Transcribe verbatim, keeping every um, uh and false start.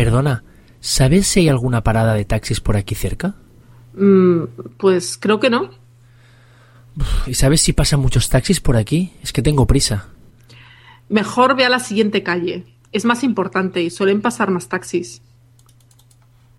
Perdona, ¿sabes si hay alguna parada de taxis por aquí cerca? Mm, pues creo que no. ¿Y sabes si pasan muchos taxis por aquí? Es que tengo prisa. Mejor ve a la siguiente calle. Es más importante y suelen pasar más taxis.